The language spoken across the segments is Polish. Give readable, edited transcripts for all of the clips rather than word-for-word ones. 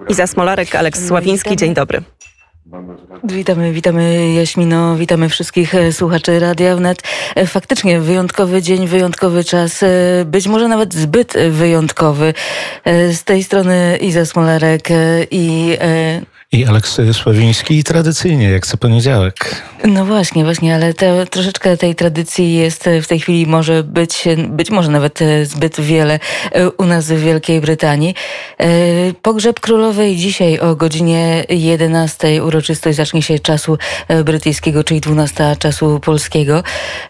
Iza Smolarek, Aleks Sławiński, dzień dobry. Witamy Jaśmino, witamy wszystkich słuchaczy Radia Wnet. Faktycznie wyjątkowy dzień, wyjątkowy czas, być może nawet zbyt wyjątkowy. Z tej strony Iza Smolarek i Aleks Sławiński, tradycyjnie, jak co poniedziałek. No właśnie, ale troszeczkę tej tradycji jest w tej chwili może być może nawet zbyt wiele u nas w Wielkiej Brytanii. Pogrzeb królowej dzisiaj o godzinie 11. Uroczystość zacznie się czasu brytyjskiego, czyli 12 czasu polskiego.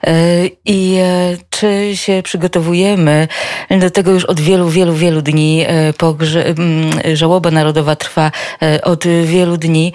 I czy się przygotowujemy do tego już od wielu dni? Żałoba narodowa trwa od wielu dni.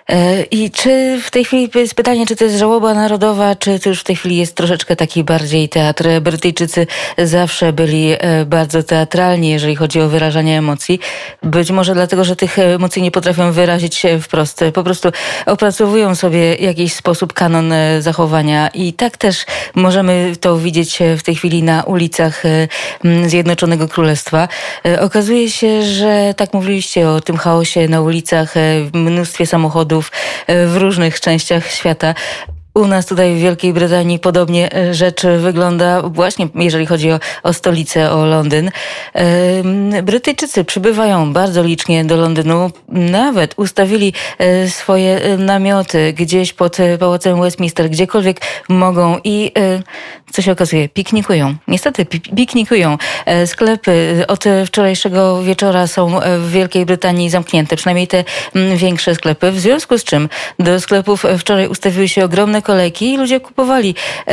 I czy w tej chwili jest pytanie, czy to jest żałoba narodowa, czy to już w tej chwili jest troszeczkę taki bardziej teatr? Brytyjczycy zawsze byli bardzo teatralni, jeżeli chodzi o wyrażanie emocji. Być może dlatego, że tych emocji nie potrafią wyrazić wprost. Po prostu opracowują sobie jakiś sposób, kanon zachowania i tak też możemy to widzieć w tej chwili na ulicach Zjednoczonego Królestwa. Okazuje się, że tak mówiliście o tym chaosie na ulicach, mnóstwie samochodów w różnych częściach świata. U nas tutaj w Wielkiej Brytanii podobnie rzecz wygląda właśnie, jeżeli chodzi o stolicę, o Londyn. Brytyjczycy przybywają bardzo licznie do Londynu. Nawet ustawili swoje namioty gdzieś pod Pałacem Westminster, gdziekolwiek mogą i co się okazuje, piknikują. Niestety piknikują. Sklepy od wczorajszego wieczora są w Wielkiej Brytanii zamknięte, przynajmniej te większe sklepy. W związku z czym do sklepów wczoraj ustawiły się ogromne kolejki i ludzie kupowali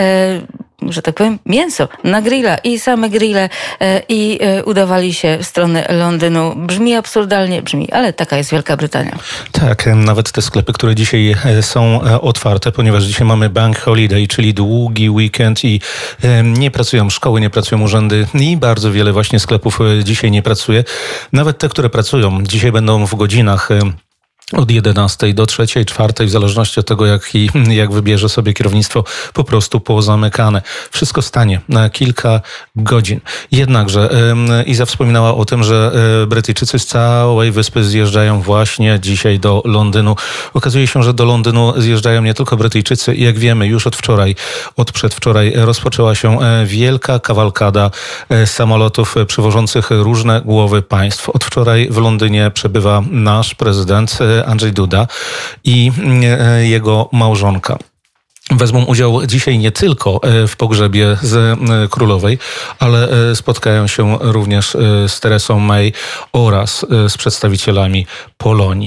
że tak powiem, mięso na grilla i same grille i udawali się w stronę Londynu. Brzmi absurdalnie, ale taka jest Wielka Brytania. Tak, nawet te sklepy, które dzisiaj są otwarte, ponieważ dzisiaj mamy bank holiday, czyli długi weekend i nie pracują szkoły, nie pracują urzędy i bardzo wiele właśnie sklepów dzisiaj nie pracuje. Nawet te, które pracują, dzisiaj będą w godzinach od 11 do 3, 4, w zależności od tego, jak wybierze sobie kierownictwo, po prostu pozamykane. Wszystko stanie na kilka godzin. Jednakże Iza wspominała o tym, że Brytyjczycy z całej wyspy zjeżdżają właśnie dzisiaj do Londynu. Okazuje się, że do Londynu zjeżdżają nie tylko Brytyjczycy. Jak wiemy, już od przedwczoraj rozpoczęła się wielka kawalkada samolotów przywożących różne głowy państw. Od wczoraj w Londynie przebywa nasz prezydent Andrzej Duda i jego małżonka. Wezmą udział dzisiaj nie tylko w pogrzebie z królowej, ale spotkają się również z Teresą May oraz z przedstawicielami Polonii.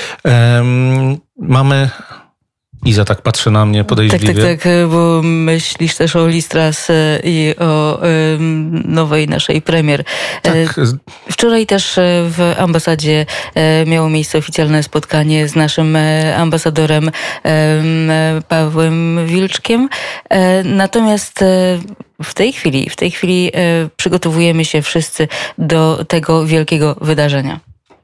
Iza tak patrzy na mnie podejrzliwie. Tak, bo myślisz też o Liz Truss i o nowej naszej premier. Tak. Wczoraj też w ambasadzie miało miejsce oficjalne spotkanie z naszym ambasadorem Pawłem Wilczkiem. Natomiast w tej chwili przygotowujemy się wszyscy do tego wielkiego wydarzenia.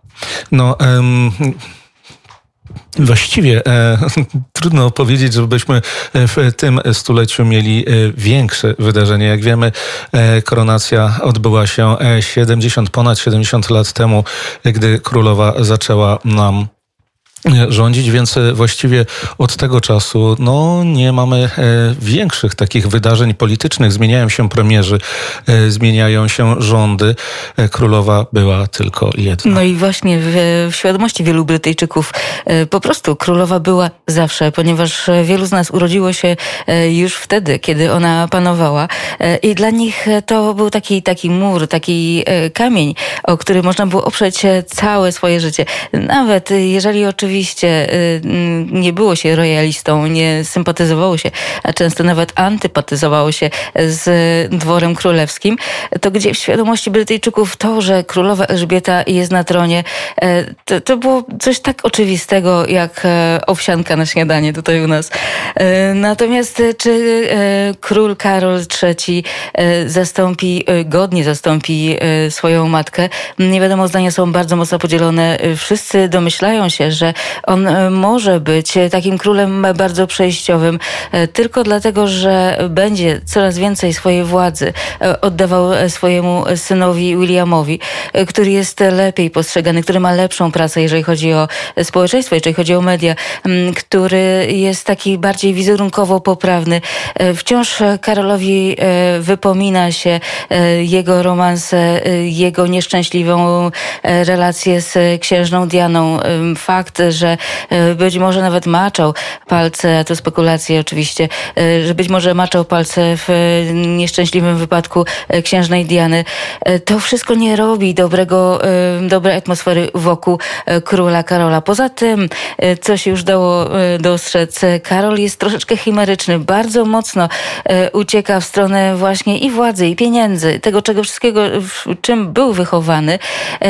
Właściwie trudno powiedzieć, żebyśmy w tym stuleciu mieli większe wydarzenie. Jak wiemy, koronacja odbyła się ponad 70 lat temu, gdy królowa zaczęła nam rządzić, więc właściwie od tego czasu nie mamy większych takich wydarzeń politycznych. Zmieniają się premierzy, zmieniają się rządy. Królowa była tylko jedna. No i właśnie w świadomości wielu Brytyjczyków po prostu królowa była zawsze, ponieważ wielu z nas urodziło się już wtedy, kiedy ona panowała i dla nich to był taki mur, taki kamień, o który można było oprzeć całe swoje życie. Nawet jeżeli oczywiście nie było się royalistą, nie sympatyzowało się, a często nawet antypatyzowało się z dworem królewskim, to gdzie w świadomości Brytyjczyków to, że królowa Elżbieta jest na tronie, to było coś tak oczywistego, jak owsianka na śniadanie tutaj u nas. Natomiast czy król Karol III godnie zastąpi swoją matkę? Nie wiadomo, zdania są bardzo mocno podzielone. Wszyscy domyślają się, że on może być takim królem bardzo przejściowym tylko dlatego, że będzie coraz więcej swojej władzy oddawał swojemu synowi Williamowi, który jest lepiej postrzegany, który ma lepszą pracę, jeżeli chodzi o społeczeństwo, jeżeli chodzi o media, który jest taki bardziej wizerunkowo poprawny. Wciąż Karolowi wypomina się jego romanse, jego nieszczęśliwą relację z księżną Dianą. Fakt, że być może nawet maczał palce, a to spekulacje oczywiście, że być może maczał palce w nieszczęśliwym wypadku księżnej Diany. To wszystko nie robi dobrej atmosfery wokół króla Karola. Poza tym, co się już dało dostrzec, Karol jest troszeczkę chimeryczny, bardzo mocno ucieka w stronę właśnie i władzy, i pieniędzy, tego wszystkiego, w czym był wychowany,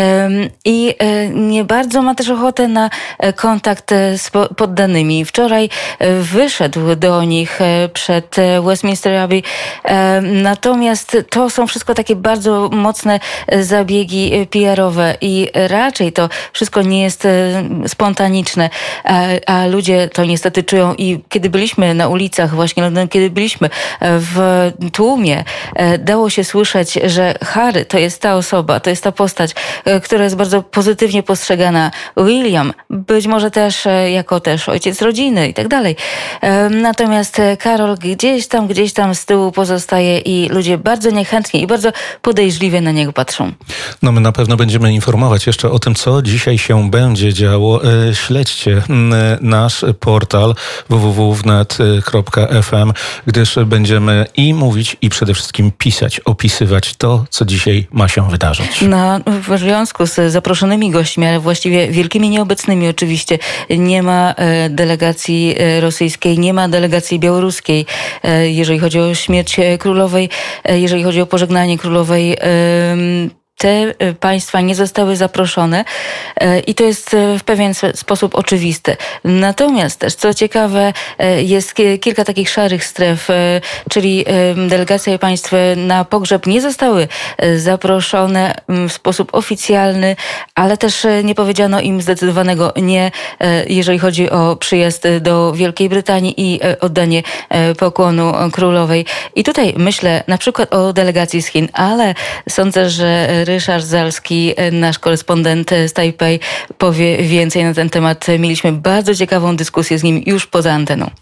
i nie bardzo ma też ochotę na kontakt z poddanymi. Wczoraj wyszedł do nich przed Westminster Abbey, natomiast to są wszystko takie bardzo mocne zabiegi PR-owe i raczej to wszystko nie jest spontaniczne, a ludzie to niestety czują i kiedy byliśmy na ulicach właśnie, kiedy byliśmy w tłumie, dało się słyszeć, że Harry to jest ta osoba, to jest ta postać, która jest bardzo pozytywnie postrzegana. William, być może też jako ojciec rodziny i tak dalej. Natomiast Karol gdzieś tam z tyłu pozostaje i ludzie bardzo niechętnie i bardzo podejrzliwie na niego patrzą. No my na pewno będziemy informować jeszcze o tym, co dzisiaj się będzie działo. Śledźcie nasz portal www.wnet.fm, gdyż będziemy i mówić, i przede wszystkim pisać, opisywać to, co dzisiaj ma się wydarzyć. W związku z zaproszonymi gośćmi, ale właściwie wielkimi nieobecnymi oczywiście, nie ma delegacji rosyjskiej, nie ma delegacji białoruskiej, jeżeli chodzi o śmierć królowej, jeżeli chodzi o pożegnanie królowej. Te państwa nie zostały zaproszone i to jest w pewien sposób oczywiste. Natomiast też, co ciekawe, jest kilka takich szarych stref, czyli delegacje państw na pogrzeb nie zostały zaproszone w sposób oficjalny, ale też nie powiedziano im zdecydowanego nie, jeżeli chodzi o przyjazd do Wielkiej Brytanii i oddanie pokłonu królowej. I tutaj myślę na przykład o delegacji z Chin, ale sądzę, że Ryszard Zalski, nasz korespondent z Tajpej, powie więcej na ten temat. Mieliśmy bardzo ciekawą dyskusję z nim już poza anteną.